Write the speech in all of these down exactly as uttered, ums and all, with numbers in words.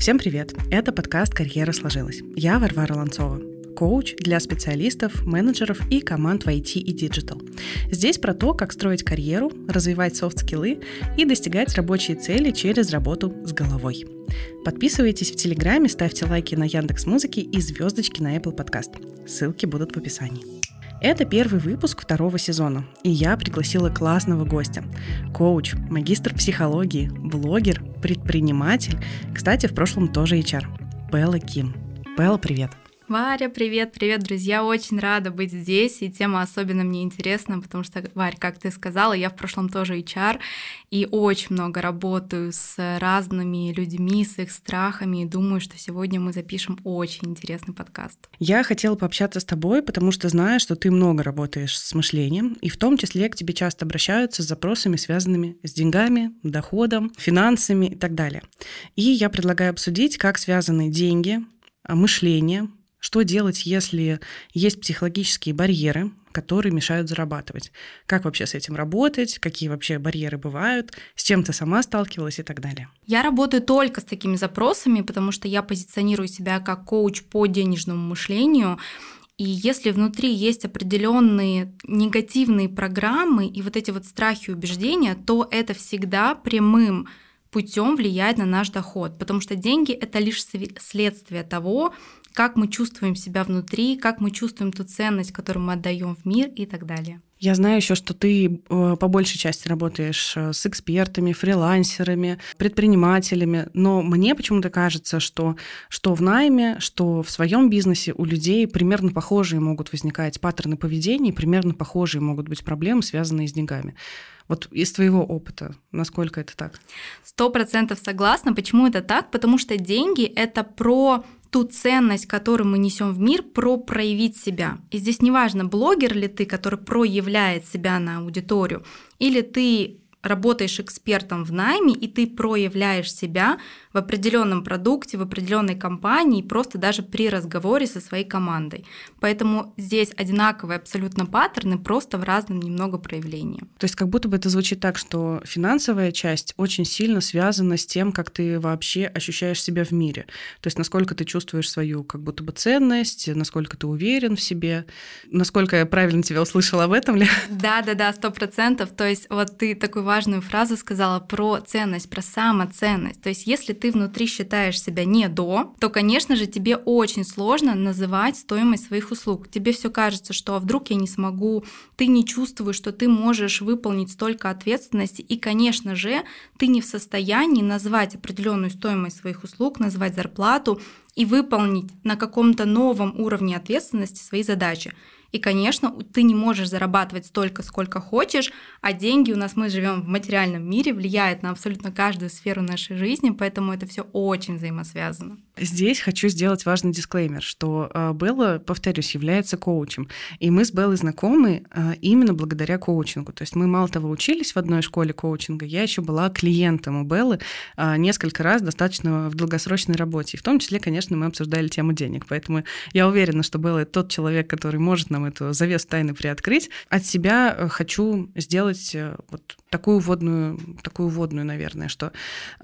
Всем привет! Это подкаст «Карьера сложилась». Я Варвара Ланцова, коуч для специалистов, менеджеров и команд в ай ти и диджитал. Здесь про то, как строить карьеру, развивать софт-скиллы и достигать рабочие цели через работу с головой. Подписывайтесь в Телеграме, ставьте лайки на Яндекс.Музыке и звездочки на Apple Podcast. Ссылки будут в описании. Это первый выпуск второго сезона, и я пригласила классного гостя. Коуч, магистр психологии, блогер, предприниматель, кстати, в прошлом тоже эйч ар, Белла Ким. Белла, привет! Варя, привет, привет, друзья, очень рада быть здесь, и тема особенно мне интересна, потому что, Варь, как ты сказала, я в прошлом тоже эйч ар, и очень много работаю с разными людьми, с их страхами, и думаю, что сегодня мы запишем очень интересный подкаст. Я хотела пообщаться с тобой, потому что знаю, что ты много работаешь с мышлением, и в том числе к тебе часто обращаются с запросами, связанными с деньгами, доходом, финансами и так далее. И я предлагаю обсудить, как связаны деньги, мышление. Что делать, если есть психологические барьеры, которые мешают зарабатывать? Как вообще с этим работать? Какие вообще барьеры бывают? С чем ты сама сталкивалась и так далее? Я работаю только с такими запросами, потому что я позиционирую себя как коуч по денежному мышлению. И если внутри есть определенные негативные программы и вот эти вот страхи и убеждения, то это всегда прямым путем влияет на наш доход, потому что деньги — это лишь следствие того, как мы чувствуем себя внутри, как мы чувствуем ту ценность, которую мы отдаем в мир и так далее. Я знаю еще, что ты по большей части работаешь с экспертами, фрилансерами, предпринимателями, но мне почему-то кажется, что что в найме, что в своем бизнесе у людей примерно похожие могут возникать паттерны поведения, примерно похожие могут быть проблемы, связанные с деньгами. Вот из твоего опыта, насколько это так? Сто процентов согласна. Почему это так? Потому что деньги — это про ту ценность, которую мы несем в мир, про проявить себя. И здесь неважно, блогер ли ты, который проявляет себя на аудиторию, или ты работаешь экспертом в найме, и ты проявляешь себя в определенном продукте, в определенной компании, просто даже при разговоре со своей командой. Поэтому здесь одинаковые абсолютно паттерны, просто в разном немного проявлении. То есть как будто бы это звучит так, что финансовая часть очень сильно связана с тем, как ты вообще ощущаешь себя в мире. То есть насколько ты чувствуешь свою как будто бы ценность, насколько ты уверен в себе, насколько я правильно тебя услышала об этом ли? Да-да-да, сто процентов. То есть вот ты такую важную фразу сказала про ценность, про самоценность. То есть если ты внутри считаешь себя не до, то, конечно же, тебе очень сложно называть стоимость своих услуг. Тебе все кажется, что а вдруг я не смогу, ты не чувствуешь, что ты можешь выполнить столько ответственности, и, конечно же, ты не в состоянии назвать определенную стоимость своих услуг, назвать зарплату и выполнить на каком-то новом уровне ответственности свои задачи. И, конечно, ты не можешь зарабатывать столько, сколько хочешь, а деньги у нас, мы живем в материальном мире, влияют на абсолютно каждую сферу нашей жизни, поэтому это все очень взаимосвязано. Здесь хочу сделать важный дисклеймер, что Белла, повторюсь, является коучем. И мы с Беллой знакомы именно благодаря коучингу. То есть мы мало того учились в одной школе коучинга, я еще была клиентом у Беллы несколько раз достаточно в долгосрочной работе. И в том числе, конечно, мы обсуждали тему денег. Поэтому я уверена, что Белла — это тот человек, который может нам эту завесу тайны приоткрыть. От себя хочу сделать вот такую вводную, такую вводную, наверное, что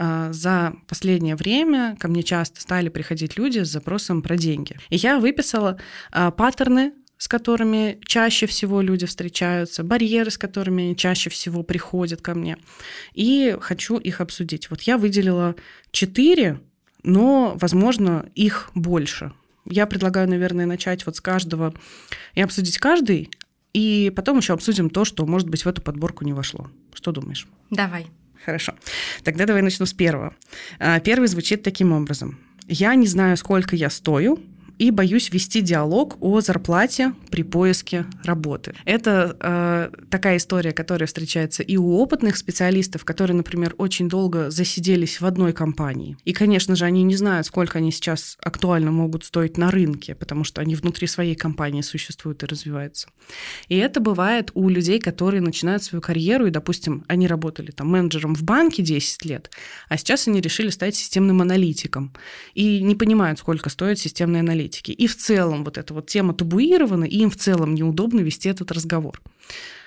за последнее время ко мне часто стали приходить люди с запросом про деньги. И я выписала паттерны, с которыми чаще всего люди встречаются, барьеры, с которыми они чаще всего приходят ко мне. И хочу их обсудить. Вот я выделила четыре, но, возможно, их больше. Я предлагаю, наверное, начать вот с каждого и обсудить каждый, и потом еще обсудим то, что, может быть, в эту подборку не вошло. Что думаешь? Давай. Хорошо. Тогда давай начну с первого. Первый звучит таким образом. Я не знаю, сколько я стою, и боюсь вести диалог о зарплате при поиске работы. Это э, такая история, которая встречается и у опытных специалистов, которые, например, очень долго засиделись в одной компании. И, конечно же, они не знают, сколько они сейчас актуально могут стоить на рынке, потому что они внутри своей компании существуют и развиваются. И это бывает у людей, которые начинают свою карьеру, и, допустим, они работали там менеджером в банке десять лет, а сейчас они решили стать системным аналитиком и не понимают, сколько стоит системный аналитик. И в целом вот эта вот тема табуирована, и им в целом неудобно вести этот разговор.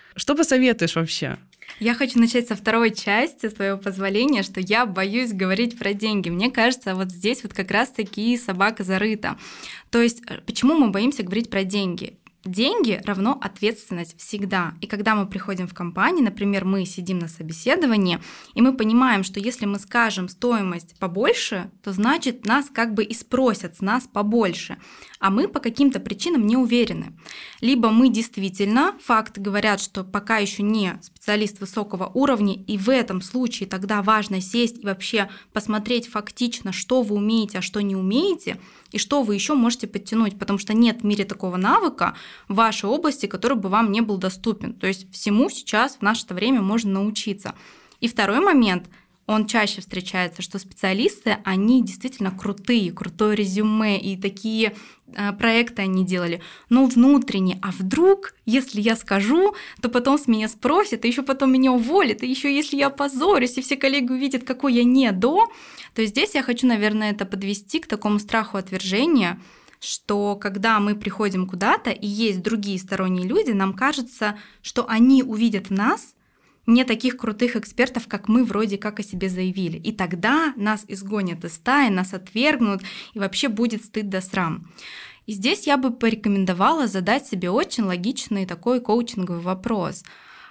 Что посоветуешь вообще? Я хочу начать со второй части, с твоего позволения, что я боюсь говорить про деньги. Мне кажется, вот здесь вот как раз-таки собака зарыта. То есть почему мы боимся говорить про деньги? Деньги равно ответственность всегда. И когда мы приходим в компанию, например, мы сидим на собеседовании, и мы понимаем, что если мы скажем стоимость побольше, то значит нас как бы и спросят с нас побольше. А мы по каким-то причинам не уверены. Либо мы действительно, факты говорят, что пока еще не специалист высокого уровня, и в этом случае тогда важно сесть и вообще посмотреть фактично, что вы умеете, а что не умеете, и что вы еще можете подтянуть, потому что нет в мире такого навыка в вашей области, который бы вам не был доступен. То есть всему сейчас в наше время можно научиться. И второй момент, он чаще встречается, что специалисты, они действительно крутые, крутое резюме, и такие э, проекты они делали, но внутренне. А вдруг, если я скажу, то потом с меня спросят, и еще потом меня уволят, и еще если я опозорюсь, и все коллеги увидят, какой я не до, то здесь я хочу, наверное, это подвести к такому страху отвержения, что когда мы приходим куда-то, и есть другие сторонние люди, нам кажется, что они увидят в нас не таких крутых экспертов, как мы вроде как о себе заявили. И тогда нас изгонят из стаи, нас отвергнут, и вообще будет стыд да срам. И здесь я бы порекомендовала задать себе очень логичный такой коучинговый вопрос.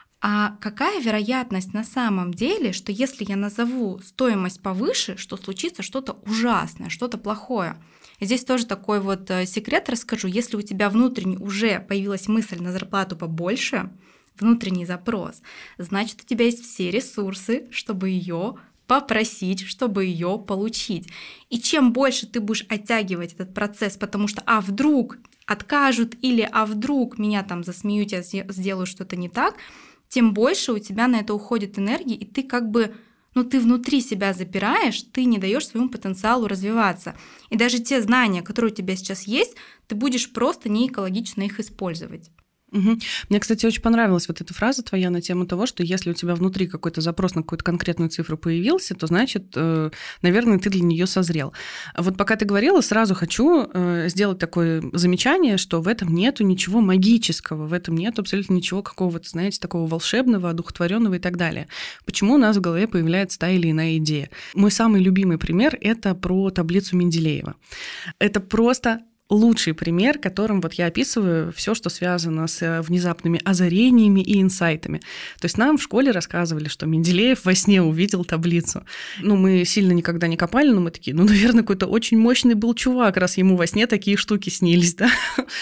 А какая вероятность на самом деле, что если я назову стоимость повыше, что случится что-то ужасное, что-то плохое? И здесь тоже такой вот секрет расскажу. Если у тебя внутренне уже появилась мысль на зарплату побольше, внутренний запрос, значит, у тебя есть все ресурсы, чтобы ее попросить, чтобы ее получить. И чем больше ты будешь оттягивать этот процесс, потому что а вдруг откажут или а вдруг меня там засмеют, я сделаю что-то не так, тем больше у тебя на это уходит энергии, и ты как бы, ну ты внутри себя запираешь, ты не даешь своему потенциалу развиваться. И даже те знания, которые у тебя сейчас есть, ты будешь просто не экологично их использовать. Угу. Мне, кстати, очень понравилась вот эта фраза твоя на тему того, что если у тебя внутри какой-то запрос на какую-то конкретную цифру появился, то значит, наверное, ты для нее созрел. Вот пока ты говорила, сразу хочу сделать такое замечание, что в этом нету ничего магического, в этом нет абсолютно ничего какого-то, знаете, такого волшебного, одухотворенного и так далее. Почему у нас в голове появляется та или иная идея? Мой самый любимый пример — это про таблицу Менделеева. Это просто лучший пример, которым вот я описываю все, что связано с внезапными озарениями и инсайтами. То есть нам в школе рассказывали, что Менделеев во сне увидел таблицу. Ну, мы сильно никогда не копали, но мы такие, ну, наверное, какой-то очень мощный был чувак, раз ему во сне такие штуки снились, да?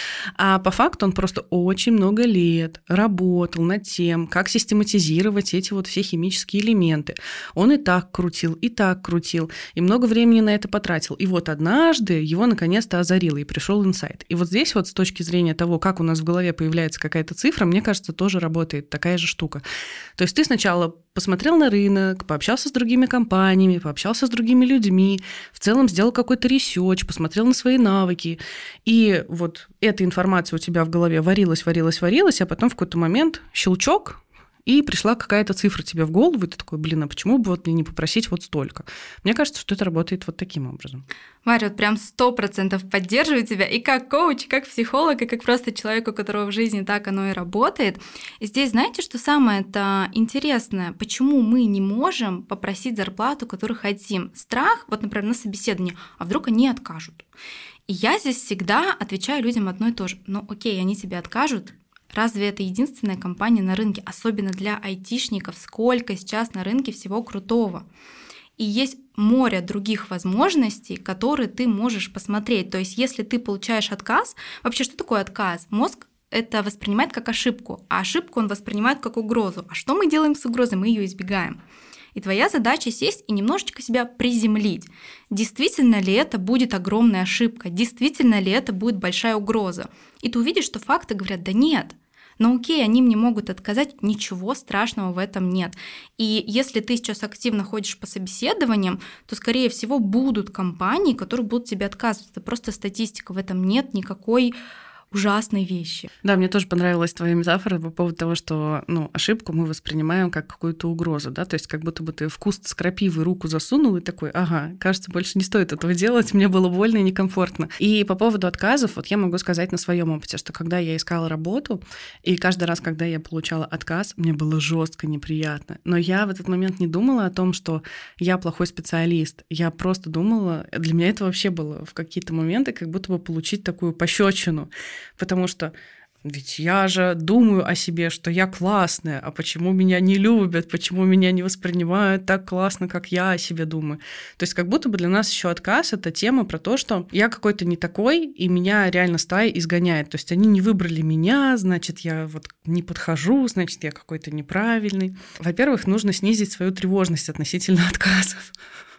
А по факту он просто очень много лет работал над тем, как систематизировать эти вот все химические элементы. Он и так крутил, и так крутил, и много времени на это потратил. И вот однажды его наконец-то озарило, и пришел инсайт. И вот здесь вот с точки зрения того, как у нас в голове появляется какая-то цифра, мне кажется, тоже работает такая же штука. То есть ты сначала посмотрел на рынок, пообщался с другими компаниями, пообщался с другими людьми, в целом сделал какой-то ресерч, посмотрел на свои навыки, и вот эта информация у тебя в голове варилась, варилась, варилась, а потом в какой-то момент щелчок, и пришла какая-то цифра тебе в голову, и ты такой, блин, а почему бы вот мне не попросить вот столько? Мне кажется, что это работает вот таким образом. Варя, вот прям сто процентов поддерживаю тебя и как коуч, и как психолог, и как просто человек, у которого в жизни так оно и работает. И здесь знаете, что самое-то интересное? Почему мы не можем попросить зарплату, которую хотим? Страх, вот, например, на собеседовании, а вдруг они откажут? И я здесь всегда отвечаю людям одно и то же. Ну окей, они тебе откажут. Разве это единственная компания на рынке, особенно для айтишников? Сколько сейчас на рынке всего крутого? И есть море других возможностей, которые ты можешь посмотреть. То есть если ты получаешь отказ, вообще что такое отказ? Мозг это воспринимает как ошибку, а ошибку он воспринимает как угрозу. А что мы делаем с угрозой? Мы ее избегаем. И твоя задача сесть и немножечко себя приземлить. Действительно ли это будет огромная ошибка? Действительно ли это будет большая угроза? И ты увидишь, что факты говорят, да нет. Но окей, они мне могут отказать, ничего страшного в этом нет. И если ты сейчас активно ходишь по собеседованиям, то, скорее всего, будут компании, которые будут тебе отказывать. Это просто статистика, в этом нет никакой ужасные вещи. Да, мне тоже понравилась твоя метафора по поводу того, что ну, ошибку мы воспринимаем как какую-то угрозу, да, то есть как будто бы ты в куст с крапивой руку засунул и такой, ага, кажется, больше не стоит этого делать, мне было больно и некомфортно. И по поводу отказов, вот я могу сказать на своем опыте, что когда я искала работу, и каждый раз, когда я получала отказ, мне было жестко неприятно. Но я в этот момент не думала о том, что я плохой специалист. Я просто думала, для меня это вообще было в какие-то моменты, как будто бы получить такую пощечину. Потому что ведь я же думаю о себе, что я классная, а почему меня не любят, почему меня не воспринимают так классно, как я о себе думаю. То есть как будто бы для нас еще отказ — это тема про то, что я какой-то не такой, и меня реально стая изгоняет. То есть они не выбрали меня, значит, я вот не подхожу, значит, я какой-то неправильный. Во-первых, нужно снизить свою тревожность относительно отказов.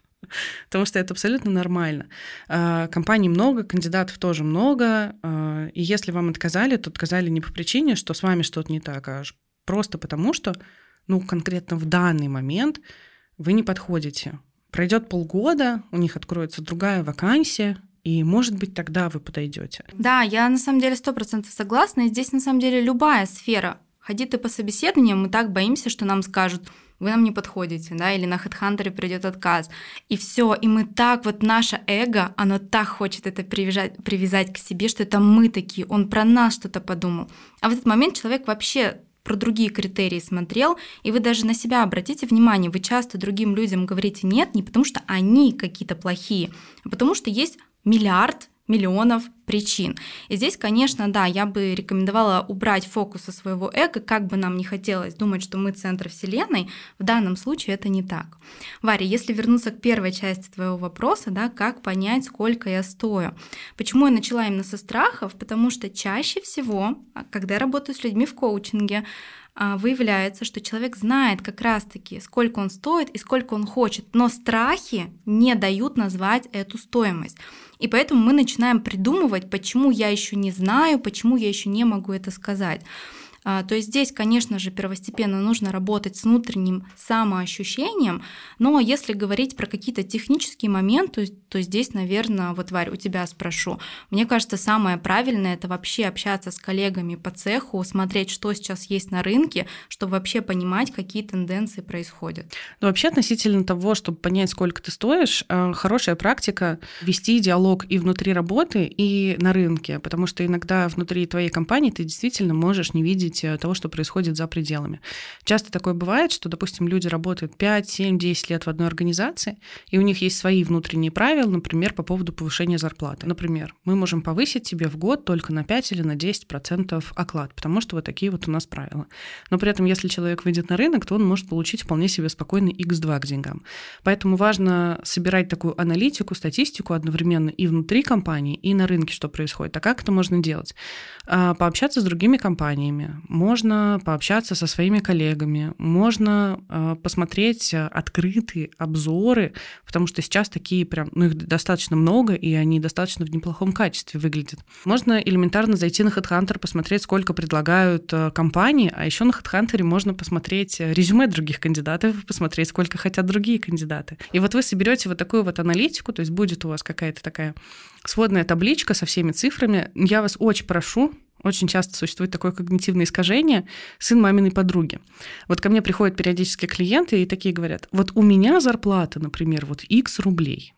Потому что это абсолютно нормально. Компаний много, кандидатов тоже много, и если вам отказали, то отказали не по причине, что с вами что-то не так, а просто потому, что ну, конкретно в данный момент вы не подходите. Пройдет полгода, у них откроется другая вакансия, и, может быть, тогда вы подойдете. Да, я на самом деле сто процентов согласна, и здесь на самом деле любая сфера. Ходи ты по собеседованиям, мы так боимся, что нам скажут: вы нам не подходите, да, или на HeadHunter придет отказ. И все, и мы так, вот наше эго, оно так хочет это привязать, привязать к себе, что это мы такие, он про нас что-то подумал. А в этот момент человек вообще про другие критерии смотрел, и вы даже на себя обратите внимание, вы часто другим людям говорите нет, не потому что они какие-то плохие, а потому что есть миллиард миллионов причин. И здесь, конечно, да, я бы рекомендовала убрать фокус со своего эго, как бы нам не хотелось думать, что мы центр Вселенной, в данном случае это не так. Варя, если вернуться к первой части твоего вопроса, да, как понять, сколько я стою? Почему я начала именно со страхов? Потому что чаще всего, когда я работаю с людьми в коучинге, выявляется, что человек знает как раз-таки, сколько он стоит и сколько он хочет, но страхи не дают назвать эту стоимость. И поэтому мы начинаем придумывать, почему я еще не знаю, почему я еще не могу это сказать. То есть здесь, конечно же, первостепенно нужно работать с внутренним самоощущением, но если говорить про какие-то технические моменты, то здесь, наверное, вот, Варя, у тебя спрошу. Мне кажется, самое правильное — это вообще общаться с коллегами по цеху, смотреть, что сейчас есть на рынке, чтобы вообще понимать, какие тенденции происходят. Ну, вообще, относительно того, чтобы понять, сколько ты стоишь, хорошая практика — вести диалог и внутри работы, и на рынке, потому что иногда внутри твоей компании ты действительно можешь не видеть того, что происходит за пределами. Часто такое бывает, что, допустим, люди работают пять, семь, десять лет в одной организации, и у них есть свои внутренние правила, например, по поводу повышения зарплаты. Например, мы можем повысить тебе в год только на пять или на десять процентов оклад, потому что вот такие вот у нас правила. Но при этом, если человек выйдет на рынок, то он может получить вполне себе спокойный икс два к деньгам. Поэтому важно собирать такую аналитику, статистику одновременно и внутри компании, и на рынке, что происходит. А как это можно делать? Пообщаться с другими компаниями, можно пообщаться со своими коллегами, можно э, посмотреть открытые обзоры, потому что сейчас такие прям, ну их достаточно много, и они достаточно в неплохом качестве выглядят. Можно элементарно зайти на HeadHunter, посмотреть, сколько предлагают э, компании, а еще на HeadHunter можно посмотреть резюме других кандидатов, посмотреть, сколько хотят другие кандидаты. И вот вы соберете вот такую вот аналитику, то есть будет у вас какая-то такая сводная табличка со всеми цифрами. Я вас очень прошу, очень часто существует такое когнитивное искажение «сын маминой подруги». Вот ко мне приходят периодически клиенты и такие говорят: вот у меня зарплата, например, вот X рублей,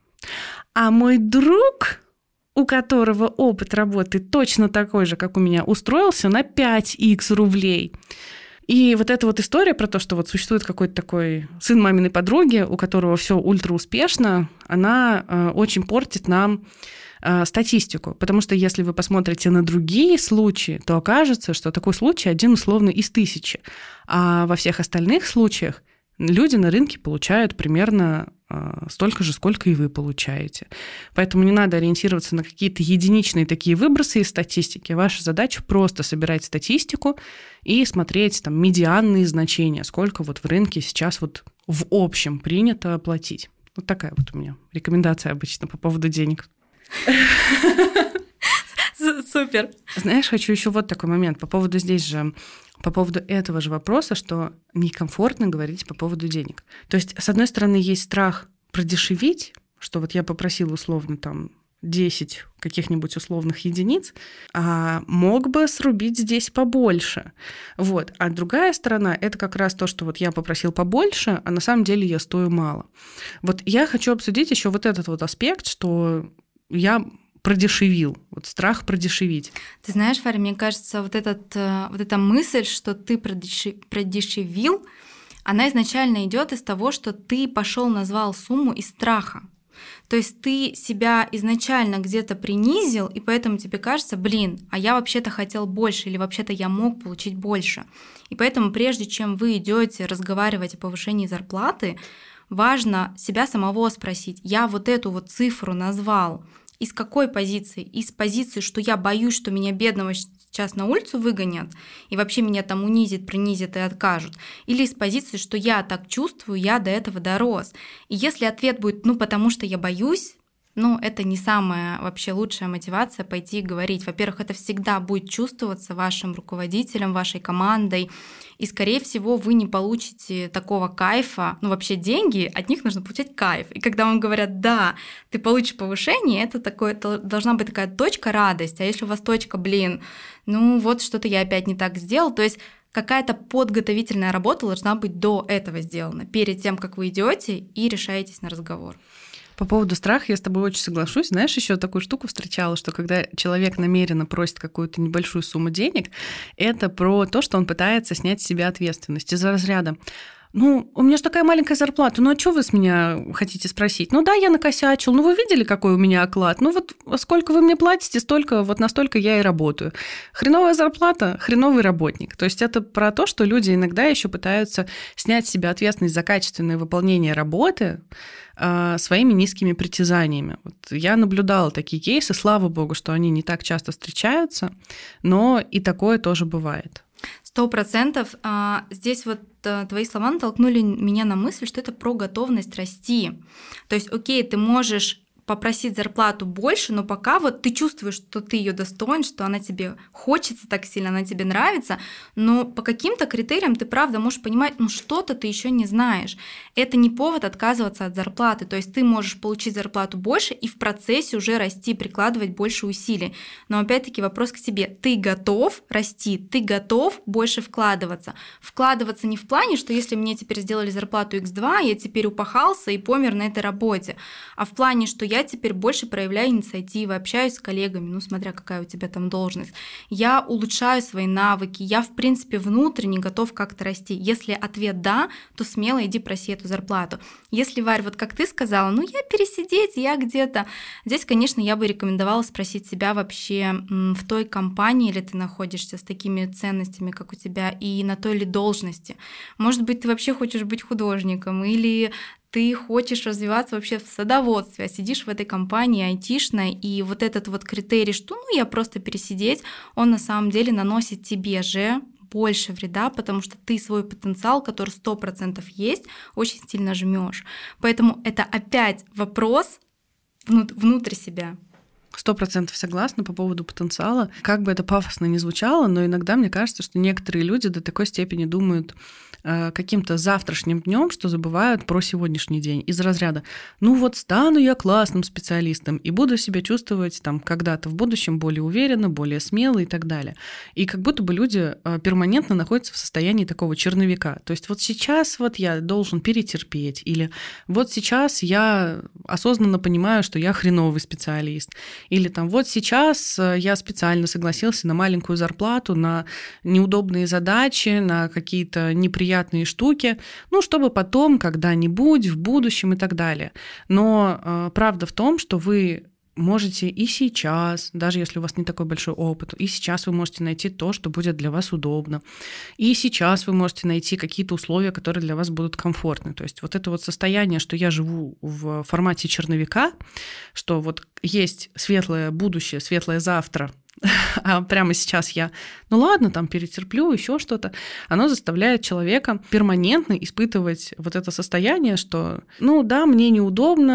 а мой друг, у которого опыт работы точно такой же, как у меня, устроился на пять икс рублей. И вот эта вот история про то, что вот существует какой-то такой сын маминой подруги, у которого все ультра-успешно, она э, очень портит нам статистику, потому что если вы посмотрите на другие случаи, то окажется, что такой случай один условно из тысячи, а во всех остальных случаях люди на рынке получают примерно столько же, сколько и вы получаете. Поэтому не надо ориентироваться на какие-то единичные такие выбросы из статистики. Ваша задача просто собирать статистику и смотреть там медианные значения, сколько вот в рынке сейчас вот в общем принято платить. Вот такая вот у меня рекомендация обычно по поводу денег. Супер. Знаешь, хочу еще вот такой момент по поводу здесь же, по поводу этого же вопроса, что некомфортно говорить по поводу денег. То есть, с одной стороны, есть страх продешевить, что вот я попросила условно там десять каких-нибудь условных единиц, а мог бы срубить здесь побольше. Вот. А другая сторона — это как раз то, что вот я попросил побольше, а на самом деле я стою мало. Вот я хочу обсудить еще вот этот вот аспект, что я продешевил, вот страх продешевить. Ты знаешь, Варя, мне кажется, вот, этот, вот эта мысль, что ты продешевил, она изначально идет из того, что ты пошел, назвал сумму из страха. То есть ты себя изначально где-то принизил, и поэтому тебе кажется, блин, а я вообще-то хотел больше, или вообще-то я мог получить больше. И поэтому прежде чем вы идете разговаривать о повышении зарплаты, важно себя самого спросить, я вот эту вот цифру назвал, из какой позиции? Из позиции, что я боюсь, что меня бедного сейчас на улицу выгонят, и вообще меня там унизят, принизят и откажут. Или из позиции, что я так чувствую, я до этого дорос. И если ответ будет, ну потому что я боюсь, ну это не самая вообще лучшая мотивация пойти и говорить. Во-первых, это всегда будет чувствоваться вашим руководителем, вашей командой, и, скорее всего, вы не получите такого кайфа. Ну, вообще деньги, от них нужно получать кайф. И когда вам говорят, да, ты получишь повышение, это, такое, это должна быть такая точка радости. А если у вас точка, блин, ну вот что-то я опять не так сделал, то есть какая-то подготовительная работа должна быть до этого сделана, перед тем, как вы идете и решаетесь на разговор. По поводу страха я с тобой очень соглашусь. Знаешь, еще такую штуку встречала, что когда человек намеренно просит какую-то небольшую сумму денег, это про то, что он пытается снять с себя ответственность из разряда. Ну, у меня же такая маленькая зарплата, ну а что вы с меня хотите спросить? Ну да, я накосячил, ну вы видели, какой у меня оклад? Ну вот сколько вы мне платите, столько, вот настолько я и работаю. Хреновая зарплата, хреновый работник. То есть это про то, что люди иногда еще пытаются снять с себя ответственность за качественное выполнение работы э, своими низкими притязаниями. Вот я наблюдала такие кейсы, слава богу, что они не так часто встречаются, но и такое тоже бывает. Сто процентов. Здесь вот твои слова натолкнули меня на мысль, что это про готовность расти. То есть, окей, ты можешь попросить зарплату больше, но пока вот ты чувствуешь, что ты ее достоин, что она тебе хочется так сильно, она тебе нравится, но по каким-то критериям ты правда можешь понимать, ну что-то ты еще не знаешь. Это не повод отказываться от зарплаты, то есть ты можешь получить зарплату больше и в процессе уже расти, прикладывать больше усилий. Но опять-таки вопрос к тебе, ты готов расти, ты готов больше вкладываться? Вкладываться не в плане, что если мне теперь сделали зарплату икс два, я теперь упахался и помер на этой работе, а в плане, что я теперь больше проявляю инициативы, общаюсь с коллегами, ну, смотря какая у тебя там должность. Я улучшаю свои навыки, я, в принципе, внутренне готов как-то расти. Если ответ «да», то смело иди проси эту зарплату. Если, Варь, вот как ты сказала, ну, я пересидеть, я где-то... Здесь, конечно, я бы рекомендовала спросить себя вообще, в той компании ли ты находишься с такими ценностями, как у тебя, и на той ли должности. Может быть, ты вообще хочешь быть художником, или ты хочешь развиваться вообще в садоводстве, а сидишь в этой компании айтишной, и вот этот вот критерий, что ну я просто пересидеть, он на самом деле наносит тебе же больше вреда, потому что ты свой потенциал, который сто процентов есть, очень сильно жмешь. Поэтому это опять вопрос внутрь себя. Сто процентов согласна по поводу потенциала. Как бы это пафосно ни звучало, но иногда мне кажется, что некоторые люди до такой степени думают э, каким-то завтрашним днем, что забывают про сегодняшний день. Из разряда «ну вот стану я классным специалистом и буду себя чувствовать там когда-то в будущем более уверенно, более смело и так далее». И как будто бы люди э, перманентно находятся в состоянии такого черновика. То есть вот сейчас вот я должен перетерпеть, или вот сейчас я осознанно понимаю, что я хреновый специалист. Или там вот сейчас я специально согласился на маленькую зарплату, на неудобные задачи, на какие-то неприятные штуки, ну, чтобы потом когда-нибудь, в будущем и так далее. Но э, правда в том, что вы можете и сейчас, даже если у вас не такой большой опыт, и сейчас вы можете найти то, что будет для вас удобно. И сейчас вы можете найти какие-то условия, которые для вас будут комфортны. То есть вот это вот состояние, что я живу в формате черновика, что вот есть светлое будущее, светлое завтра, а прямо сейчас я, ну ладно, там перетерплю, еще что-то, оно заставляет человека перманентно испытывать вот это состояние, что, ну да, мне неудобно,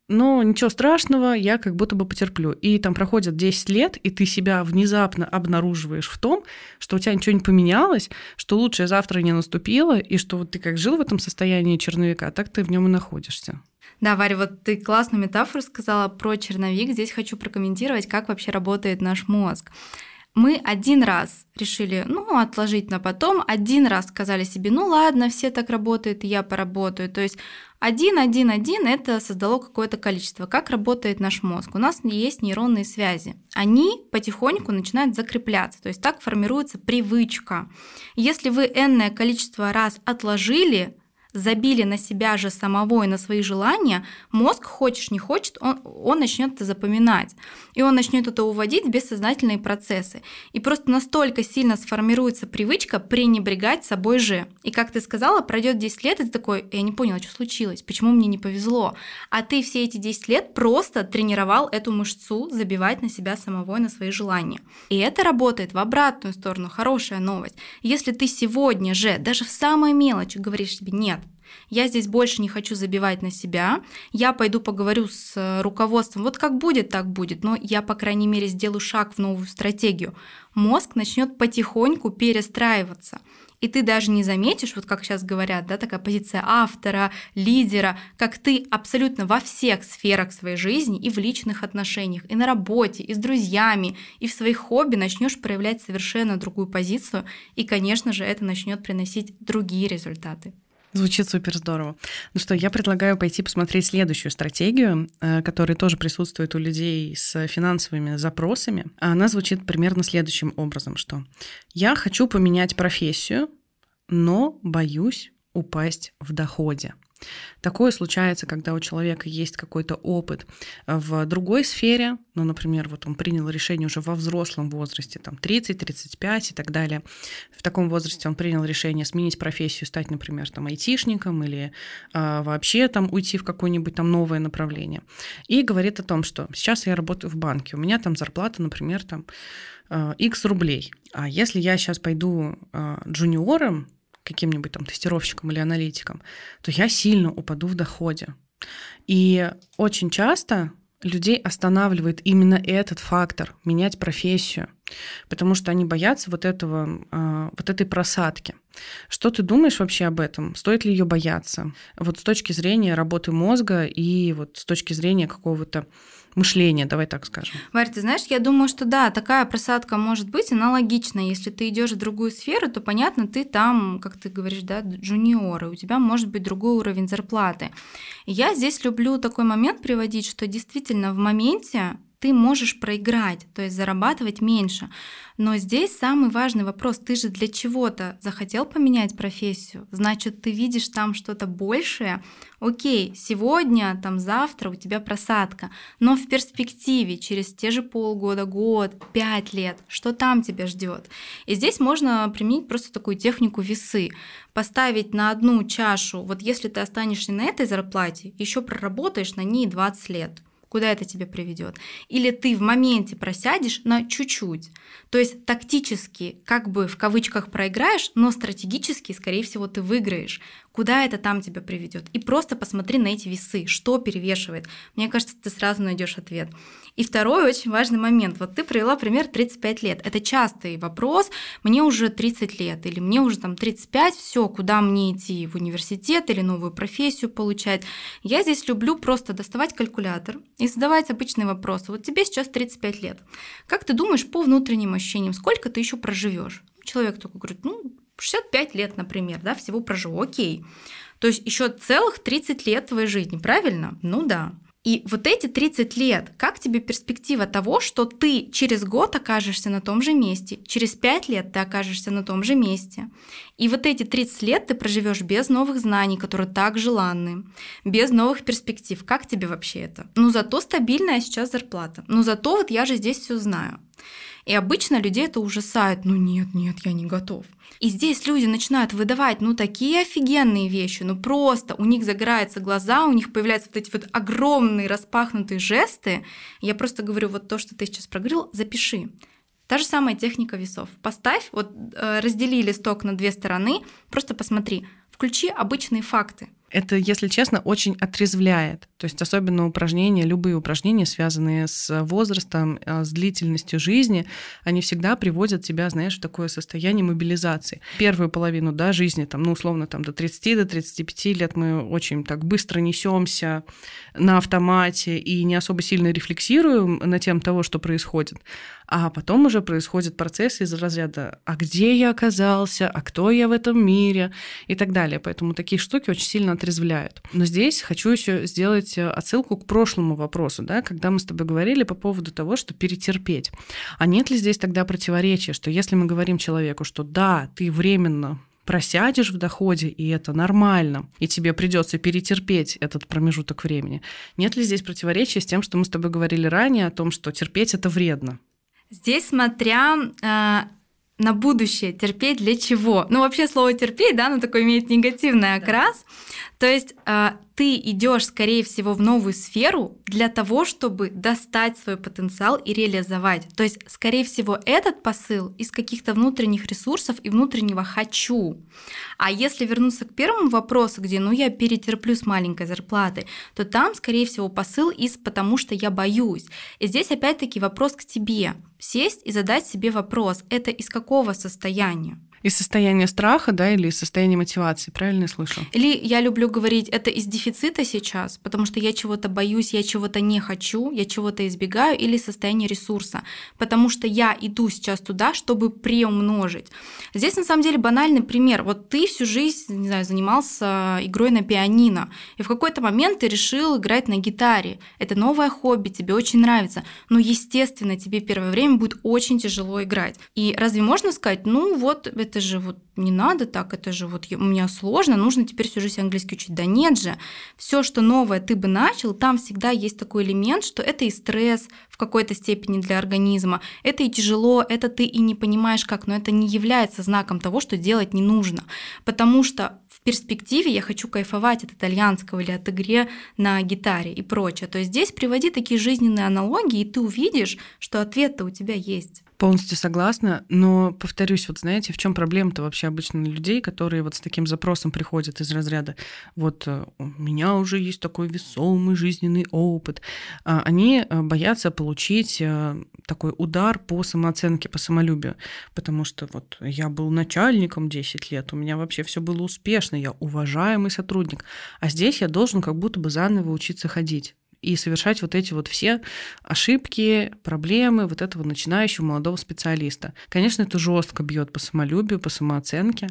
но ничего страшного, я как будто бы потерплю. И там проходит десять лет, и ты себя внезапно обнаруживаешь в том, что у тебя ничего не поменялось, что лучшее завтра не наступило, и что вот ты как жил в этом состоянии черновика, так ты в нем и находишься. Да, Варя, вот ты классную метафору сказала про черновик. Здесь хочу прокомментировать, как вообще работает наш мозг. Мы один раз решили, ну, отложить на потом, один раз сказали себе, ну ладно, все так работают, и я поработаю. То есть один, один, один это создало какое-то количество. Как работает наш мозг? У нас есть нейронные связи. Они потихоньку начинают закрепляться, то есть так формируется привычка. Если вы энное количество раз отложили, забили на себя же самого и на свои желания, мозг, хочешь не хочет, он, он начнет это запоминать. И он начнет это уводить в бессознательные процессы. И просто настолько сильно сформируется привычка пренебрегать собой же. И как ты сказала, пройдет десять лет, и ты такой, я не поняла, что случилось, почему мне не повезло. А ты все эти десять лет просто тренировал эту мышцу забивать на себя самого и на свои желания. И это работает в обратную сторону. Хорошая новость. Если ты сегодня же, даже в самой мелочи, говоришь себе, нет, я здесь больше не хочу забивать на себя, я пойду поговорю с руководством, вот как будет, так будет, но я, по крайней мере, сделаю шаг в новую стратегию. Мозг начнет потихоньку перестраиваться. И ты даже не заметишь, вот как сейчас говорят, да, такая позиция автора, лидера, как ты абсолютно во всех сферах своей жизни, и в личных отношениях, и на работе, и с друзьями, и в своих хобби начнешь проявлять совершенно другую позицию, и, конечно же, это начнет приносить другие результаты. Звучит супер здорово. Ну что, я предлагаю пойти посмотреть следующую стратегию, которая тоже присутствует у людей с финансовыми запросами. Она звучит примерно следующим образом, что я хочу поменять профессию, но боюсь упасть в доходе. Такое случается, когда у человека есть какой-то опыт в другой сфере, ну, например, вот он принял решение уже во взрослом возрасте, там тридцать, тридцать пять и так далее. В таком возрасте он принял решение сменить профессию, стать, например, там айтишником или а, вообще там уйти в какое-нибудь там новое направление. И говорит о том, что сейчас я работаю в банке, у меня там зарплата, например, там X рублей. А если я сейчас пойду джуниором, каким-нибудь там тестировщиком или аналитиком, то я сильно упаду в доходе. И очень часто людей останавливает именно этот фактор — менять профессию, потому что они боятся вот этого, вот этой просадки. Что ты думаешь вообще об этом? Стоит ли ее бояться? Вот с точки зрения работы мозга и вот с точки зрения какого-то мышления, давай так скажем. Варь, ты знаешь, я думаю, что да, такая просадка может быть, она логична. Если ты идешь в другую сферу, то, понятно, ты там, как ты говоришь, да, джуниор, и у тебя может быть другой уровень зарплаты. И я здесь люблю такой момент приводить, что действительно в моменте ты можешь проиграть, то есть зарабатывать меньше. Но здесь самый важный вопрос: ты же для чего-то захотел поменять профессию, значит, ты видишь там что-то большее. Окей, сегодня, там, завтра у тебя просадка, но в перспективе, через те же полгода, год, пять лет, что там тебя ждет? И здесь можно применить просто такую технику весы. Поставить на одну чашу, вот если ты останешься на этой зарплате, еще проработаешь на ней двадцать лет. Куда это тебя приведет? Или ты в моменте просядешь на чуть-чуть. То есть тактически, как бы в кавычках, проиграешь, но стратегически, скорее всего, ты выиграешь. Куда это там тебя приведет? И просто посмотри на эти весы, что перевешивает. Мне кажется, ты сразу найдешь ответ. И второй очень важный момент. Вот ты привела пример тридцать пять лет. Это частый вопрос. Мне уже тридцать лет или мне уже там тридцать пять, все, куда мне идти, в университет или новую профессию получать? Я здесь люблю просто доставать калькулятор и задавать обычные вопросы. Вот тебе сейчас тридцать пять лет. Как ты думаешь по внутренним ощущениям, сколько ты еще проживешь? Человек такой говорит, ну, шестьдесят пять лет, например, да, всего проживу, окей. То есть еще целых тридцать лет твоей жизни, правильно? Ну да. И вот эти тридцать лет, как тебе перспектива того, что ты через год окажешься на том же месте, через пять лет ты окажешься на том же месте. И вот эти тридцать лет ты проживешь без новых знаний, которые так желанны, без новых перспектив. Как тебе вообще это? Ну зато стабильная сейчас зарплата. Ну зато вот я же здесь все знаю. И обычно людей это ужасает. Ну нет, нет, я не готов. И здесь люди начинают выдавать, ну, такие офигенные вещи, ну, просто у них загораются глаза, у них появляются вот эти вот огромные распахнутые жесты. Я просто говорю, вот то, что ты сейчас проговорил, запиши. Та же самая техника весов. Поставь, вот раздели листок на две стороны, просто посмотри, включи обычные факты. Это, если честно, очень отрезвляет. То есть особенно упражнения, любые упражнения, связанные с возрастом, с длительностью жизни, они всегда приводят тебя, знаешь, в такое состояние мобилизации. Первую половину, да, жизни, там, ну, условно, там, до тридцати, до тридцати пяти лет мы очень так быстро несемся на автомате и не особо сильно рефлексируем на тему того, что происходит. А потом уже происходит процесс из разряда «а где я оказался?», «а кто я в этом мире?» и так далее. Поэтому такие штуки очень сильно отрезвляют. Но здесь хочу еще сделать отсылку к прошлому вопросу, да, когда мы с тобой говорили по поводу того, что перетерпеть. А нет ли здесь тогда противоречия, что если мы говорим человеку, что да, ты временно просядешь в доходе, и это нормально, и тебе придется перетерпеть этот промежуток времени, нет ли здесь противоречия с тем, что мы с тобой говорили ранее о том, что терпеть — это вредно? Здесь смотря э, на будущее, терпеть для чего? Ну, вообще слово терпеть, да, оно такой имеет негативный окрас. То есть э, ты идешь, скорее всего, в новую сферу для того, чтобы достать свой потенциал и реализовать. То есть, скорее всего, этот посыл из каких-то внутренних ресурсов и внутреннего «хочу». А если вернуться к первому вопросу, где ну я перетерплю с маленькой зарплатой, то там, скорее всего, посыл из «потому что я боюсь». И здесь опять-таки вопрос к тебе. Сесть и задать себе вопрос, это из какого состояния? Из состояния страха, да, или из состояния мотивации, правильно я слышу? Или я люблю говорить, это из дефицита сейчас, потому что я чего-то боюсь, я чего-то не хочу, я чего-то избегаю, или состояние ресурса, потому что я иду сейчас туда, чтобы приумножить. Здесь на самом деле банальный пример. Вот ты всю жизнь, не знаю, занимался игрой на пианино, и в какой-то момент ты решил играть на гитаре. Это новое хобби, тебе очень нравится, но, естественно, тебе первое время будет очень тяжело играть. И разве можно сказать, ну вот, это же вот не надо так, это же вот у меня сложно, нужно теперь всю жизнь английский учить. Да нет же, все, что новое ты бы начал, там всегда есть такой элемент, что это и стресс в какой-то степени для организма, это и тяжело, это ты и не понимаешь как, но это не является знаком того, что делать не нужно, потому что в перспективе я хочу кайфовать от итальянского или от игры на гитаре и прочее. То есть здесь приводи такие жизненные аналогии, и ты увидишь, что ответ-то у тебя есть. Полностью согласна, но повторюсь, вот знаете, в чем проблема-то вообще обычно людей, которые вот с таким запросом приходят из разряда вот у меня уже есть такой весомый жизненный опыт. Они боятся получить такой удар по самооценке, по самолюбию, потому что вот я был начальником десять лет, у меня вообще все было успешно, я уважаемый сотрудник, а здесь я должен как будто бы заново учиться ходить и совершать вот эти вот все ошибки, проблемы вот этого начинающего молодого специалиста. Конечно, это жестко бьет по самолюбию, по самооценке,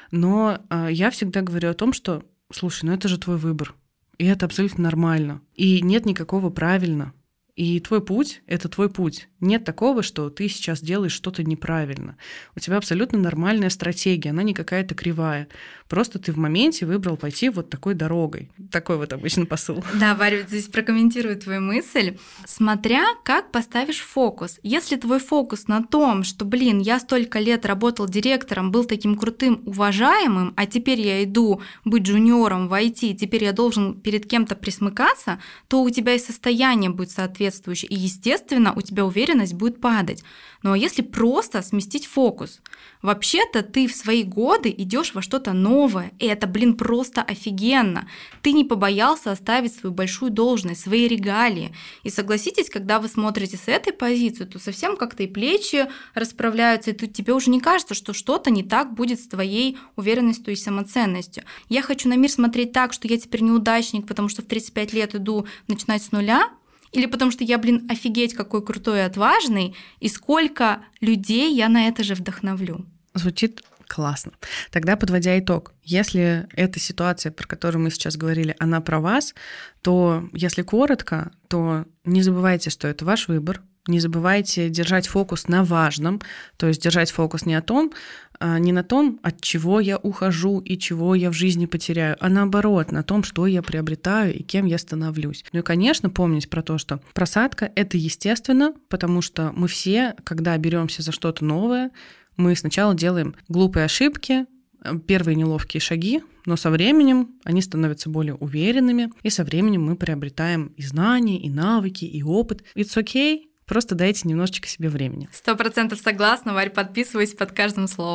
но я всегда говорю о том, что, слушай, ну это же твой выбор, и это абсолютно нормально, и нет никакого правильно. И твой путь — это твой путь. Нет такого, что ты сейчас делаешь что-то неправильно. У тебя абсолютно нормальная стратегия, она не какая-то кривая. Просто ты в моменте выбрал пойти вот такой дорогой. Такой вот обычно посыл. Да, Варя, здесь прокомментирую твою мысль. Смотря как поставишь фокус. Если твой фокус на том, что, блин, я столько лет работал директором, был таким крутым, уважаемым, а теперь я иду быть джуниором в ай ти, теперь я должен перед кем-то присмыкаться, то у тебя и состояние будет соответствующее. И, естественно, у тебя уверенность будет падать. Ну а если просто сместить фокус? Вообще-то ты в свои годы идешь во что-то новое, и это, блин, просто офигенно. Ты не побоялся оставить свою большую должность, свои регалии. И согласитесь, когда вы смотрите с этой позиции, то совсем как-то и плечи расправляются, и тут тебе уже не кажется, что что-то не так будет с твоей уверенностью и самоценностью. Я хочу на мир смотреть так, что я теперь неудачник, потому что в тридцать пять лет иду начинать с нуля, или потому что я, блин, офигеть, какой крутой и отважный, и сколько людей я на это же вдохновлю. Звучит классно. Тогда, подводя итог, если эта ситуация, про которую мы сейчас говорили, она про вас, то, если коротко, то не забывайте, что это ваш выбор. Не забывайте держать фокус на важном, то есть держать фокус не о том, не на том, от чего я ухожу и чего я в жизни потеряю, а наоборот, на том, что я приобретаю и кем я становлюсь. Ну и, конечно, помнить про то, что просадка — это естественно, потому что мы все, когда беремся за что-то новое, мы сначала делаем глупые ошибки, первые неловкие шаги, но со временем они становятся более уверенными, и со временем мы приобретаем и знания, и навыки, и опыт. It's okay. Просто дайте немножечко себе времени. Сто процентов согласна, Варь, подписываюсь под каждым словом.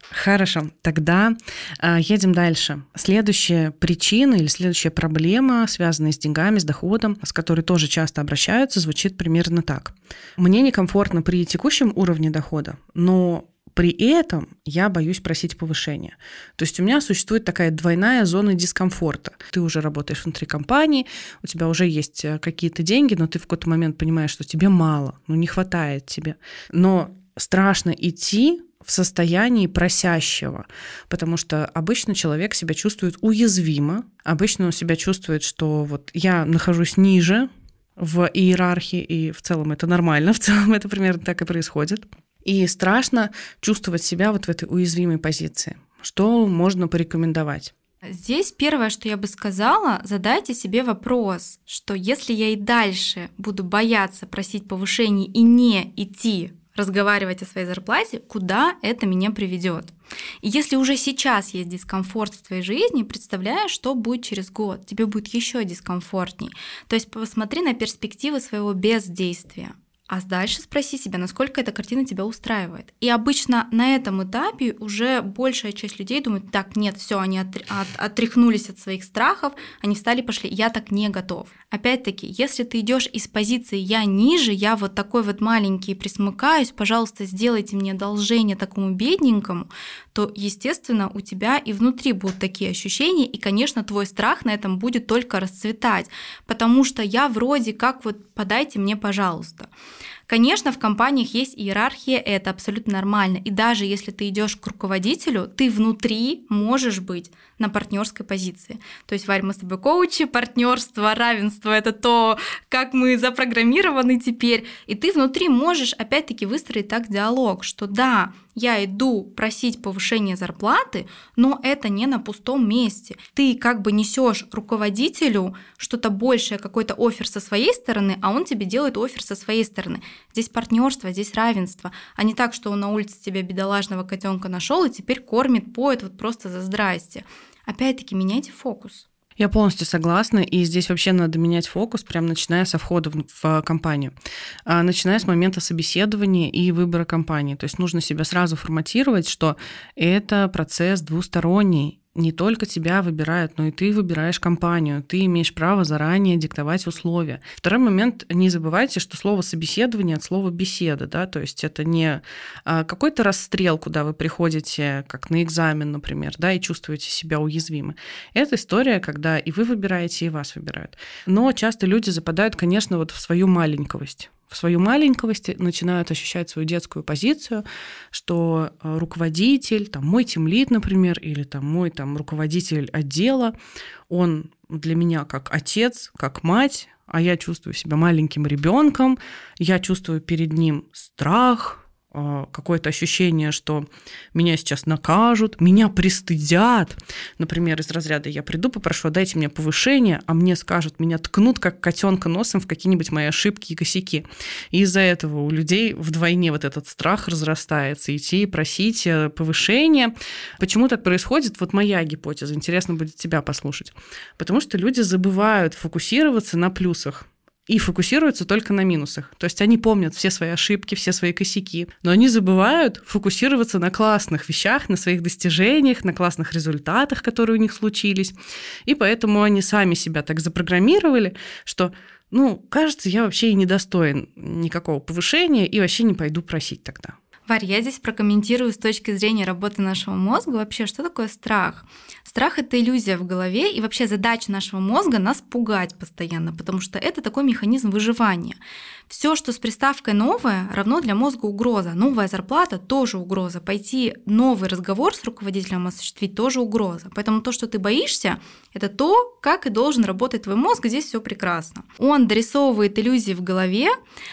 Хорошо, тогда э, едем дальше. Следующая причина или следующая проблема, связанная с деньгами, с доходом, с которой тоже часто обращаются, звучит примерно так. Мне некомфортно при текущем уровне дохода, но при этом я боюсь просить повышения. То есть у меня существует такая двойная зона дискомфорта. Ты уже работаешь внутри компании, у тебя уже есть какие-то деньги, но ты в какой-то момент понимаешь, что тебе мало, ну не хватает тебе. Но страшно идти в состоянии просящего, потому что обычно человек себя чувствует уязвимо, обычно он себя чувствует, что вот я нахожусь ниже в иерархии, и в целом это нормально, в целом это примерно так и происходит. И страшно чувствовать себя вот в этой уязвимой позиции. Что можно порекомендовать? Здесь первое, что я бы сказала, задайте себе вопрос, что если я и дальше буду бояться просить повышений и не идти разговаривать о своей зарплате, куда это меня приведет. И если уже сейчас есть дискомфорт в твоей жизни, представляешь, что будет через год. Тебе будет еще дискомфортней. То есть посмотри на перспективы своего бездействия. А дальше спроси себя, насколько эта картина тебя устраивает. И обычно на этом этапе уже большая часть людей думает, так, нет, все, они от, от, отряхнулись от своих страхов, они встали, пошли, я так не готов. Опять-таки, если ты идешь из позиции «я ниже», «я вот такой вот маленький и присмыкаюсь, пожалуйста, сделайте мне одолжение такому бедненькому», то, естественно, у тебя и внутри будут такие ощущения, и, конечно, твой страх на этом будет только расцветать, потому что я вроде как вот «подайте мне, пожалуйста». Конечно, в компаниях есть иерархия, это абсолютно нормально. И даже если ты идешь к руководителю, ты внутри можешь быть на партнерской позиции. То есть, Варь, мы с тобой коучи, партнерство, равенство — это то, как мы запрограммированы теперь. И ты внутри можешь опять-таки выстроить так диалог, что да, я иду просить повышения зарплаты, но это не на пустом месте. Ты как бы несешь руководителю что-то большее, какой-то оффер со своей стороны, а он тебе делает оффер со своей стороны. Здесь партнерство, здесь равенство, а не так, что он на улице тебя бедолажного котенка нашел и теперь кормит, поет вот просто за здрасте. Опять-таки меняйте фокус. Я полностью согласна, и здесь вообще надо менять фокус, прям начиная со входа в, в компанию, начиная с момента собеседования и выбора компании. То есть нужно себя сразу форматировать, что это процесс двусторонний. Не только тебя выбирают, но и ты выбираешь компанию, ты имеешь право заранее диктовать условия. Второй момент, не забывайте, что слово собеседование от слова беседа, да, то есть это не какой-то расстрел, куда вы приходите, как на экзамен, например, да, и чувствуете себя уязвимы. Это история, когда и вы выбираете, и вас выбирают. Но часто люди западают, конечно, вот в свою маленьковость. В свою маленьковость начинают ощущать свою детскую позицию, что руководитель, там, мой тимлид, например, или там, мой там, руководитель отдела, он для меня как отец, как мать, а я чувствую себя маленьким ребенком, я чувствую перед ним страх, какое-то ощущение, что меня сейчас накажут, меня пристыдят. Например, из разряда я приду, попрошу, дайте мне повышение, а мне скажут, меня ткнут, как котенка носом в какие-нибудь мои ошибки и косяки. И из-за этого у людей вдвойне вот этот страх разрастается, идти и просить повышения. Почему так происходит? Вот моя гипотеза, интересно будет тебя послушать. Потому что люди забывают фокусироваться на плюсах и фокусируются только на минусах. То есть они помнят все свои ошибки, все свои косяки, но они забывают фокусироваться на классных вещах, на своих достижениях, на классных результатах, которые у них случились. И поэтому они сами себя так запрограммировали, что, ну, кажется, я вообще и не достоин никакого повышения и вообще не пойду просить тогда. Варь, я здесь прокомментирую с точки зрения работы нашего мозга вообще, что такое страх. Страх — это иллюзия в голове, и вообще задача нашего мозга — нас пугать постоянно, потому что это такой механизм выживания. Все, что с приставкой «новое», равно для мозга угроза. Новая зарплата — тоже угроза. Пойти новый разговор с руководителем осуществить — тоже угроза. Поэтому то, что ты боишься, это то, как и должен работать твой мозг, здесь все прекрасно. Он дорисовывает иллюзии в голове,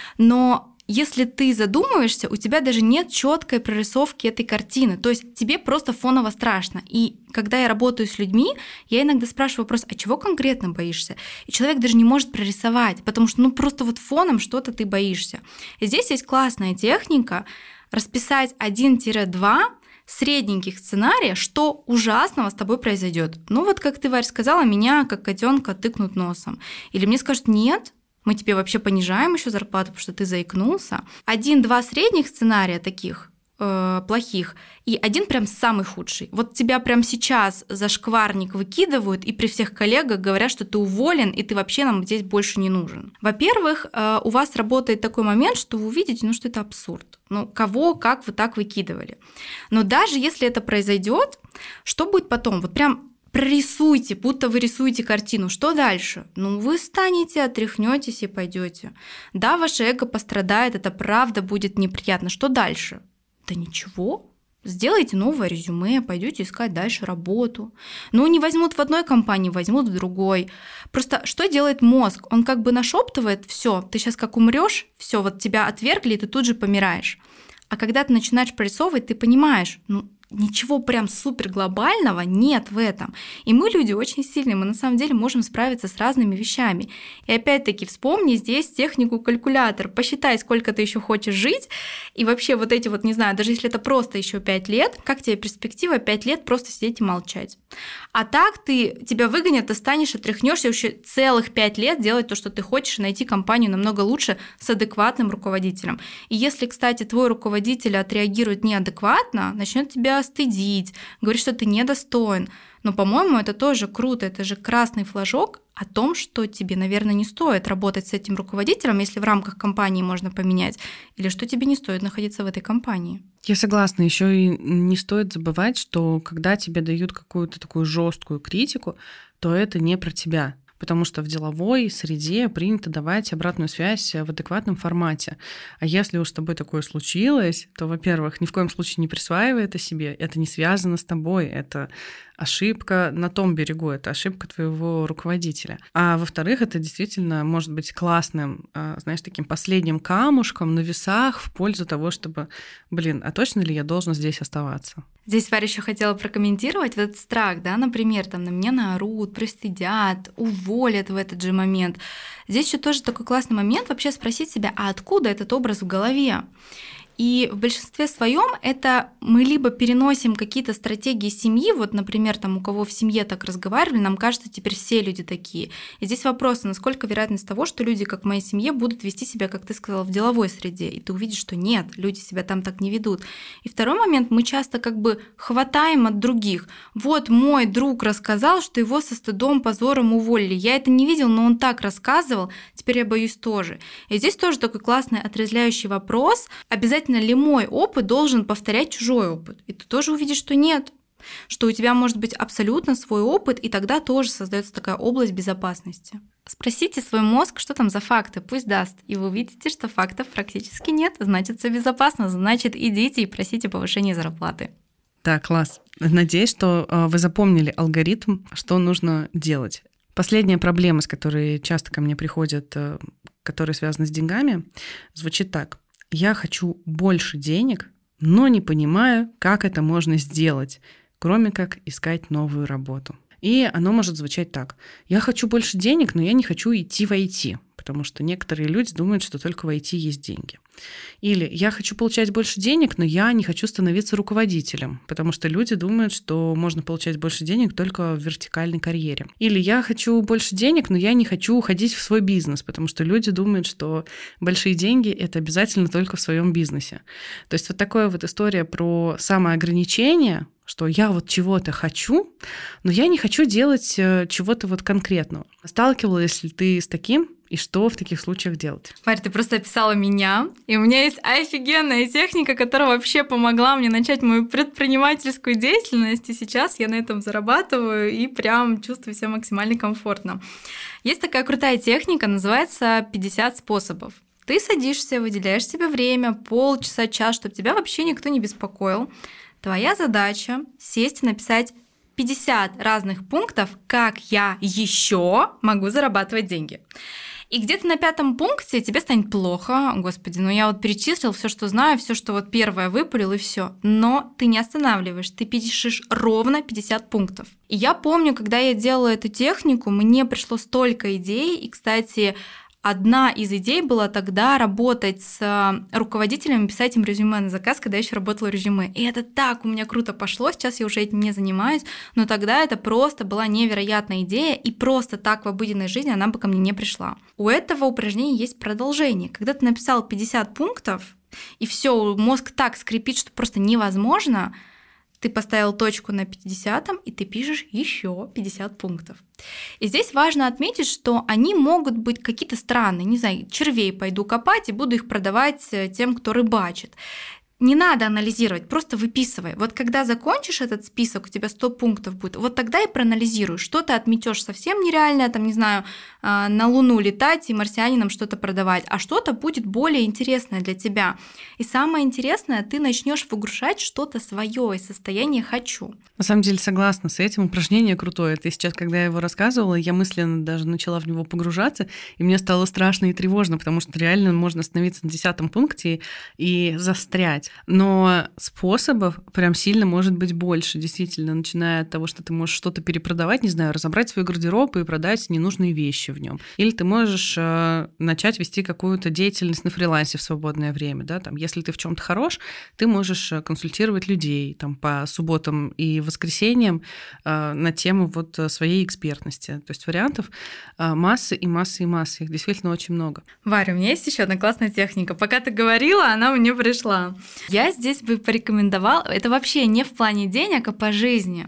но если ты задумываешься, у тебя даже нет четкой прорисовки этой картины. То есть тебе просто фоново страшно. И когда я работаю с людьми, я иногда спрашиваю вопрос, а чего конкретно боишься? И человек даже не может прорисовать, потому что ну просто вот фоном что-то ты боишься. И здесь есть классная техника расписать один-два средненьких сценария, что ужасного с тобой произойдет. Ну вот как ты, Варь, сказала, меня как котенка тыкнут носом. Или мне скажут, нет, мы тебе вообще понижаем еще зарплату, потому что ты заикнулся. Один-два средних сценария таких э, плохих и один прям самый худший. Вот тебя прям сейчас за шкварник выкидывают и при всех коллегах говорят, что ты уволен и ты вообще нам здесь больше не нужен. Во-первых, э, у вас работает такой момент, что вы увидите, ну что это абсурд. Ну кого, как вы так выкидывали. Но даже если это произойдет, что будет потом? Вот прям прорисуйте, будто вы рисуете картину. Что дальше? Ну, вы встанете, отряхнетесь и пойдете. Да, ваше эго пострадает, это правда будет неприятно. Что дальше? Да ничего. Сделайте новое резюме, пойдете искать дальше работу. Ну, не возьмут в одной компании, возьмут в другой. Просто что делает мозг? Он как бы нашептывает: все, ты сейчас как умрешь, все, вот тебя отвергли, и ты тут же помираешь. А когда ты начинаешь прорисовывать, ты понимаешь, ну, ничего прям супер глобального нет в этом. И мы люди очень сильные, мы на самом деле можем справиться с разными вещами. И опять-таки вспомни здесь технику калькулятор, посчитай, сколько ты еще хочешь жить, и вообще вот эти вот, не знаю, даже если это просто еще пять лет, как тебе перспектива пять лет просто сидеть и молчать. А так ты, тебя выгонят, ты станешь, отряхнешься еще целых пять лет делать то, что ты хочешь, и найти компанию намного лучше с адекватным руководителем. И если, кстати, твой руководитель отреагирует неадекватно, начнет тебя стыдить, говорит, что ты недостоин. Но, по-моему, это тоже круто, это же красный флажок о том, что тебе, наверное, не стоит работать с этим руководителем, если в рамках компании можно поменять, или что тебе не стоит находиться в этой компании. Я согласна. Еще и не стоит забывать, что когда тебе дают какую-то такую жесткую критику, то это не про тебя. Потому что в деловой среде принято давать обратную связь в адекватном формате. А если уж с тобой такое случилось, то, во-первых, ни в коем случае не присваивай это себе, это не связано с тобой, это ошибка на том берегу, это ошибка твоего руководителя. А во-вторых, это действительно может быть классным, знаешь, таким последним камушком на весах в пользу того, чтобы, блин, а точно ли я должен здесь оставаться? Здесь Варя еще хотела прокомментировать вот этот страх, да, например, там на меня наорут, пристыдят, уволят в этот же момент. Здесь еще тоже такой классный момент вообще спросить себя, а откуда этот образ в голове? И в большинстве своем это мы либо переносим какие-то стратегии семьи, вот, например, там у кого в семье так разговаривали, нам кажется, теперь все люди такие. И здесь вопрос, насколько вероятность того, что люди, как в моей семье, будут вести себя, как ты сказала, в деловой среде, и ты увидишь, что нет, люди себя там так не ведут. И второй момент, мы часто как бы хватаем от других. Вот мой друг рассказал, что его со стыдом, позором уволили. Я это не видел, но он так рассказывал, теперь я боюсь тоже. И здесь тоже такой классный отрезвляющий вопрос, обязательно ли мой опыт должен повторять чужой опыт? И ты тоже увидишь, что нет, что у тебя может быть абсолютно свой опыт, и тогда тоже создается такая область безопасности. Спросите свой мозг, что там за факты, пусть даст, и вы увидите, что фактов практически нет, значит, все безопасно, значит, идите и просите повышения зарплаты. Да, класс. Надеюсь, что вы запомнили алгоритм, что нужно делать. Последняя проблема, с которой часто ко мне приходят, которая связана с деньгами, звучит так. Я хочу больше денег, но не понимаю, как это можно сделать, кроме как искать новую работу. И оно может звучать так. Я хочу больше денег, но я не хочу идти в ай ти, потому что некоторые люди думают, что только в ай ти есть деньги. Или я хочу получать больше денег, но я не хочу становиться руководителем, потому что люди думают, что можно получать больше денег только в вертикальной карьере. Или я хочу больше денег, но я не хочу уходить в свой бизнес, потому что люди думают, что большие деньги — это обязательно только в своем бизнесе. То есть вот такая вот история про самоограничение, что я вот чего-то хочу, но я не хочу делать чего-то вот конкретного. Сталкивалась ли ты с таким? И что в таких случаях делать? Марь, ты просто описала меня, и у меня есть офигенная техника, которая вообще помогла мне начать мою предпринимательскую деятельность, и сейчас я на этом зарабатываю и прям чувствую себя максимально комфортно. Есть такая крутая техника, называется пятьдесят способов. Ты садишься, выделяешь себе время, полчаса, час, чтобы тебя вообще никто не беспокоил. Твоя задача сесть и написать пятьдесят разных пунктов, как я еще могу зарабатывать деньги. И где-то на пятом пункте тебе станет плохо. Господи, ну я вот перечислил все, что знаю, все, что вот первое выпалил, и все. Но ты не останавливаешь, ты пишешь ровно пятьдесят пунктов. И я помню, когда я делала эту технику, мне пришло столько идей. И, кстати, одна из идей была тогда работать с руководителями, писать им резюме на заказ, когда я еще работала резюме. И это так у меня круто пошло, сейчас я уже этим не занимаюсь, но тогда это просто была невероятная идея, и просто так в обыденной жизни она бы ко мне не пришла. У этого упражнения есть продолжение. Когда ты написал пятьдесят пунктов, и все, мозг так скрипит, что просто невозможно. Ты поставил точку на пятидесятом, и ты пишешь еще пятьдесят пунктов. И здесь важно отметить, что они могут быть какие-то странные. Не знаю, червей пойду копать и буду их продавать тем, кто рыбачит. Не надо анализировать, просто выписывай. Вот когда закончишь этот список, у тебя сто пунктов будет, вот тогда и проанализируй. Что ты отметешь совсем нереальное, там, не знаю, на Луну летать и марсианинам что-то продавать, а что-то будет более интересное для тебя. И самое интересное, ты начнешь выгружать что-то свое из состояния «хочу». На самом деле согласна с этим, упражнение крутое. Ты сейчас, когда я его рассказывала, я мысленно даже начала в него погружаться, и мне стало страшно и тревожно, потому что реально можно остановиться на десятом пункте и застрять. Но способов прям сильно может быть больше, действительно, начиная от того, что ты можешь что-то перепродавать, не знаю, разобрать свой гардероб и продать ненужные вещи в нем. Или ты можешь э, начать вести какую-то деятельность на фрилансе в свободное время, да, там, если ты в чем-то хорош, ты можешь консультировать людей там по субботам и воскресеньям э, на тему вот своей экспертности. То есть вариантов э, массы и массы и массы, их действительно очень много. Варя, у меня есть еще одна классная техника. Пока ты говорила, она мне пришла. Я здесь бы порекомендовала, это вообще не в плане денег, а по жизни.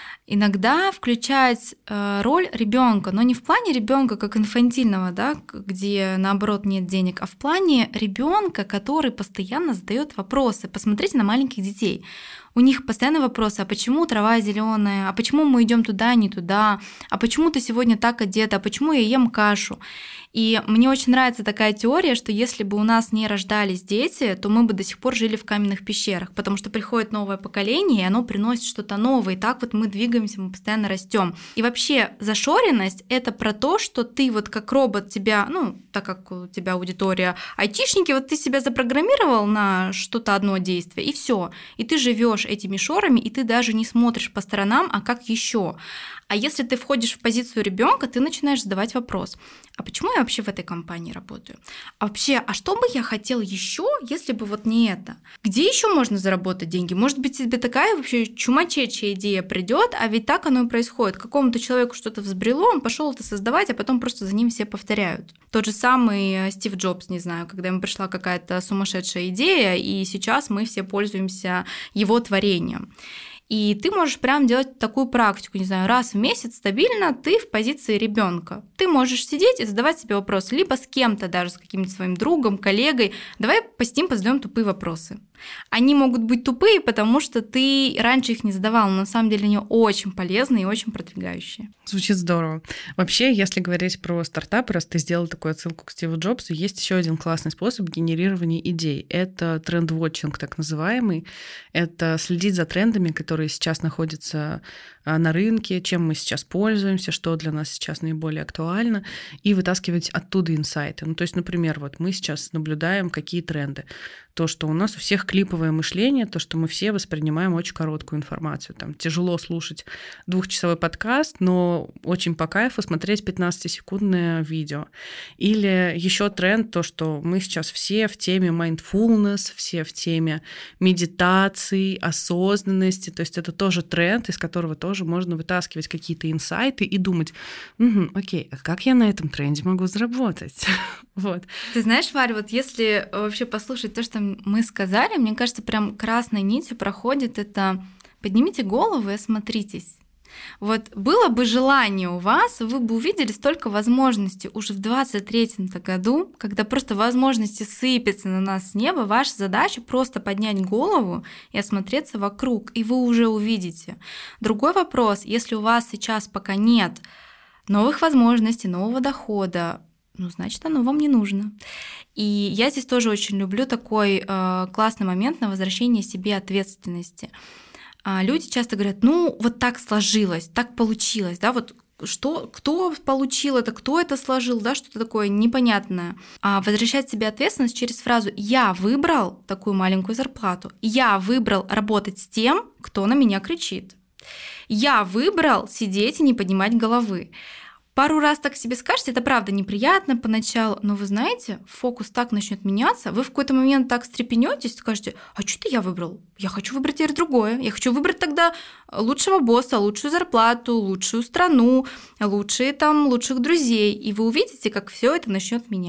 Иногда включать э, роль ребенка, но не в плане ребенка как инфантильного, да, где наоборот нет денег, а в плане ребенка, который постоянно задает вопросы. Посмотрите на маленьких детей. У них постоянно вопросы: а почему трава зеленая, а почему мы идем туда, а не туда, а почему ты сегодня так одета, а почему я ем кашу. И мне очень нравится такая теория, что если бы у нас не рождались дети, то мы бы до сих пор жили в каменных пещерах, потому что приходит новое поколение, и оно приносит что-то новое, и так вот мы двигаемся, мы постоянно растем. И вообще зашоренность — это про то, что ты вот как робот тебя, ну, так как у тебя аудитория айтишники, вот ты себя запрограммировал на что-то одно действие, и все, и ты живешь этими шорами, и ты даже не смотришь по сторонам, а как еще. А если ты входишь в позицию ребенка, ты начинаешь задавать вопрос: а почему я вообще в этой компании работаю? А вообще, а что бы я хотел еще, если бы вот не это? Где еще можно заработать деньги? Может быть, тебе такая вообще чумачечья идея придет, а ведь так оно и происходит. Какому-то человеку что-то взбрело, он пошел это создавать, а потом просто за ним все повторяют. Тот же самый Стив Джобс, не знаю, когда ему пришла какая-то сумасшедшая идея, и сейчас мы все пользуемся его творением. И ты можешь прям делать такую практику, не знаю, раз в месяц стабильно ты в позиции ребенка. Ты можешь сидеть и задавать себе вопросы, либо с кем-то, даже с каким-то своим другом, коллегой. Давай посидим, позадаем тупые вопросы. Они могут быть тупые, потому что ты раньше их не задавал, но на самом деле они очень полезные и очень продвигающие. Звучит здорово. Вообще, если говорить про стартапы, раз ты сделал такую отсылку к Стиву Джобсу, есть еще один классный способ генерирования идей. Это тренд-вотчинг, так называемый. Это следить за трендами, которые сейчас находятся на рынке, чем мы сейчас пользуемся, что для нас сейчас наиболее актуально, и вытаскивать оттуда инсайты. Ну, то есть, например, вот мы сейчас наблюдаем, какие тренды. То, что у нас у всех клиповое мышление, то, что мы все воспринимаем очень короткую информацию. Там тяжело слушать двухчасовой подкаст, но очень по кайфу смотреть пятнадцатисекундное видео. Или еще тренд, то, что мы сейчас все в теме mindfulness, все в теме медитации, осознанности. То есть это тоже тренд, из которого тоже можно вытаскивать какие-то инсайты и думать: угу, окей, а как я на этом тренде могу заработать? Вот. Ты знаешь, Варя, вот если вообще послушать то, что мы сказали, мне кажется, прям красной нитью проходит это: поднимите голову и осмотритесь. Вот было бы желание у вас, вы бы увидели столько возможностей уже в двадцать третьем году, когда просто возможности сыпятся на нас с неба. Ваша задача просто поднять голову и осмотреться вокруг, и вы уже увидите. Другой вопрос: если у вас сейчас пока нет новых возможностей, нового дохода, ну, значит, оно вам не нужно. И я здесь тоже очень люблю такой э, классный момент на возвращение себе ответственности. А люди часто говорят: ну, вот так сложилось, так получилось, да, вот что, кто получил это, кто это сложил, да, что-то такое непонятное. А возвращать себе ответственность через фразу: я выбрал такую маленькую зарплату, я выбрал работать с тем, кто на меня кричит, я выбрал сидеть и не поднимать головы. Пару раз так себе скажете, это правда неприятно поначалу, но вы знаете, фокус так начнет меняться, вы в какой-то момент так встрепенетесь, скажете: а что-то я выбрал, я хочу выбрать теперь другое, я хочу выбрать тогда лучшего босса, лучшую зарплату, лучшую страну, лучшие там, лучших друзей, и вы увидите, как все это начнет менять.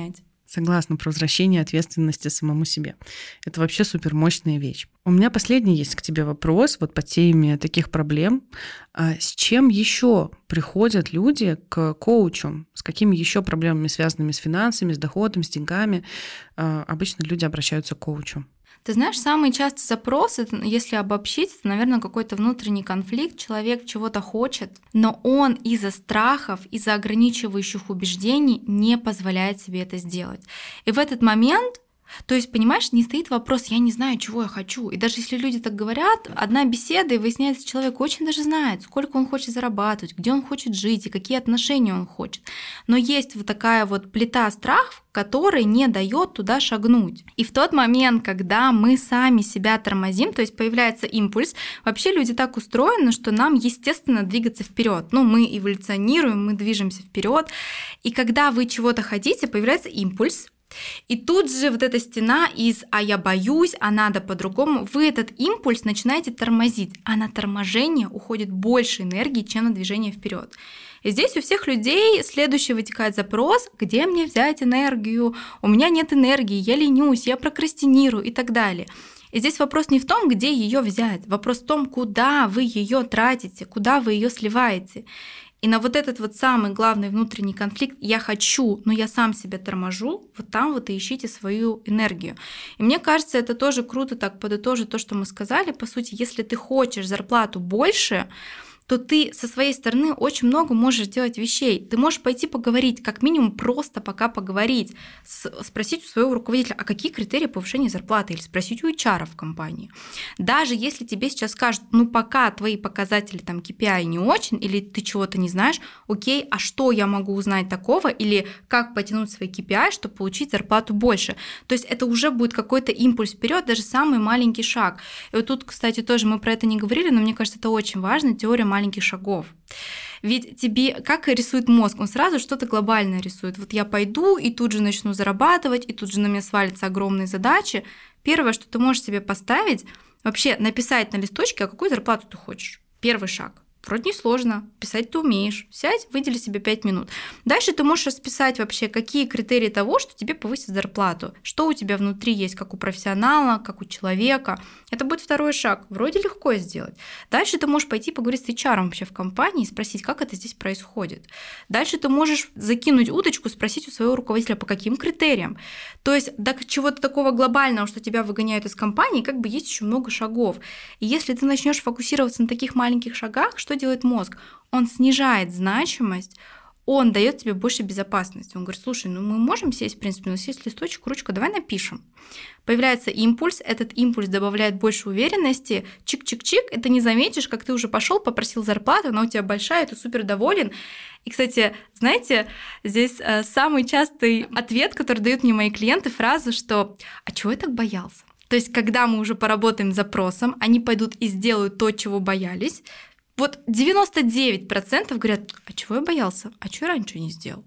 Согласна, про возвращение ответственности самому себе. Это вообще супер мощная вещь. У меня последний есть к тебе вопрос вот по теме таких проблем. А с чем еще приходят люди к коучу? С какими еще проблемами, связанными с финансами, с доходом, с деньгами, обычно люди обращаются к коучу? Ты знаешь, самый частый запрос, это, если обобщить, это, наверное, какой-то внутренний конфликт. Человек чего-то хочет, но он из-за страхов, из-за ограничивающих убеждений не позволяет себе это сделать. И в этот момент, то есть, понимаешь, не стоит вопрос, я не знаю, чего я хочу. И даже если люди так говорят, одна беседа, и выясняется, человек очень даже знает, сколько он хочет зарабатывать, где он хочет жить и какие отношения он хочет. Но есть вот такая вот плита страхов, который не дает туда шагнуть. И в тот момент, когда мы сами себя тормозим, то есть появляется импульс, вообще люди так устроены, что нам естественно двигаться вперед. Ну, мы эволюционируем, мы движемся вперед. И когда вы чего-то хотите, появляется импульс. И тут же вот эта стена из «а я боюсь», «а надо по-другому», вы этот импульс начинаете тормозить, а на торможение уходит больше энергии, чем на движение вперед. И здесь у всех людей следующий вытекает запрос, где мне взять энергию, у меня нет энергии, я ленюсь, я прокрастинирую и так далее. И здесь вопрос не в том, где ее взять, вопрос в том, куда вы ее тратите, куда вы ее сливаете. И на вот этот вот самый главный внутренний конфликт «я хочу, но я сам себя торможу», вот там вот и ищите свою энергию. И мне кажется, это тоже круто так подытожить то, что мы сказали. По сути, если ты хочешь зарплату больше, то ты со своей стороны очень много можешь делать вещей. Ты можешь пойти поговорить, как минимум просто пока поговорить, спросить у своего руководителя, а какие критерии повышения зарплаты, или спросить у эйч ар в компании. Даже если тебе сейчас скажут, ну пока твои показатели там кей пи ай не очень, или ты чего-то не знаешь, окей, а что я могу узнать такого, или как потянуть свои кей пи ай, чтобы получить зарплату больше. То есть это уже будет какой-то импульс вперед, даже самый маленький шаг. И вот тут, кстати, тоже мы про это не говорили, но мне кажется, это очень важно, теория маленьких маленьких шагов. Ведь тебе, как рисует мозг, он сразу что-то глобальное рисует. Вот я пойду и тут же начну зарабатывать, и тут же на меня свалятся огромные задачи. Первое, что ты можешь себе поставить, вообще написать на листочке, а какую зарплату ты хочешь. Первый шаг. Вроде не сложно, писать ты умеешь. Сядь, выдели себе пять минут. Дальше ты можешь расписать вообще, какие критерии того, что тебе повысит зарплату, что у тебя внутри есть, как у профессионала, как у человека. Это будет второй шаг. Вроде легко сделать. Дальше ты можешь пойти поговорить с эйч ар вообще в компании и спросить, как это здесь происходит. Дальше ты можешь закинуть удочку, спросить у своего руководителя, по каким критериям. То есть до чего-то такого глобального, что тебя выгоняют из компании, как бы есть еще много шагов. И если ты начнешь фокусироваться на таких маленьких шагах, что делает мозг? Он снижает значимость, он дает тебе больше безопасности. Он говорит, слушай, ну мы можем сесть, в принципе, у нас есть листочек, ручка, давай напишем. Появляется импульс, этот импульс добавляет больше уверенности, чик-чик-чик, и ты не заметишь, как ты уже пошел, попросил зарплату, она у тебя большая, ты супер доволен. И, кстати, знаете, здесь самый частый ответ, который дают мне мои клиенты, фраза, что «а чего я так боялся?» То есть, когда мы уже поработаем с запросом, они пойдут и сделают то, чего боялись. Вот девяносто девять процентов говорят, а чего я боялся? А чего я раньше не сделал?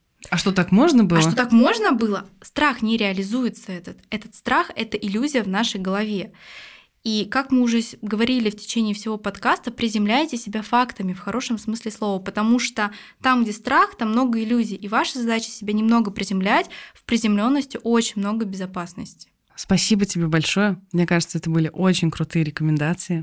А что, так можно было? А что, так можно было? Страх не реализуется этот. Этот страх — это иллюзия в нашей голове. И как мы уже говорили в течение всего подкаста, приземляйте себя фактами в хорошем смысле слова, потому что там, где страх, там много иллюзий. И ваша задача себя немного приземлять. В приземленности очень много безопасности. Спасибо тебе большое. Мне кажется, это были очень крутые рекомендации.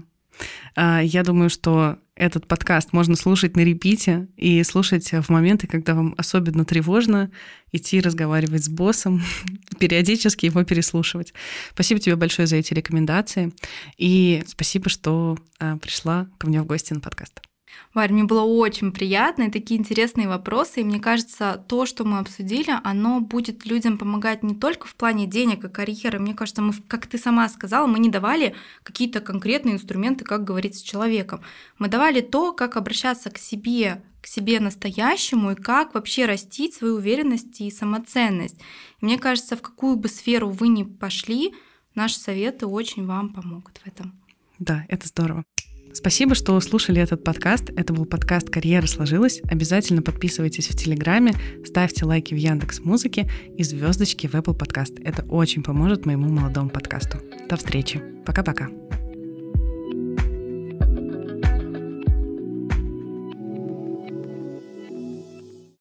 Я думаю, что этот подкаст можно слушать на репите и слушать в моменты, когда вам особенно тревожно, идти разговаривать с боссом, периодически его переслушивать. Спасибо тебе большое за эти рекомендации. И спасибо, что пришла ко мне в гости на подкаст. Варь, мне было очень приятно, и такие интересные вопросы. И мне кажется, то, что мы обсудили, оно будет людям помогать не только в плане денег и карьеры. Мне кажется, мы, как ты сама сказала, мы не давали какие-то конкретные инструменты, как говорить с человеком. Мы давали то, как обращаться к себе, к себе настоящему, и как вообще растить свою уверенность и самоценность. И мне кажется, в какую бы сферу вы ни пошли, наши советы очень вам помогут в этом. Да, это здорово. Спасибо, что слушали этот подкаст. Это был подкаст «Карьера сложилась». Обязательно подписывайтесь в Телеграме, ставьте лайки в Яндекс.Музыке и звездочки в Apple Podcast. Это очень поможет моему молодому подкасту. До встречи. Пока-пока.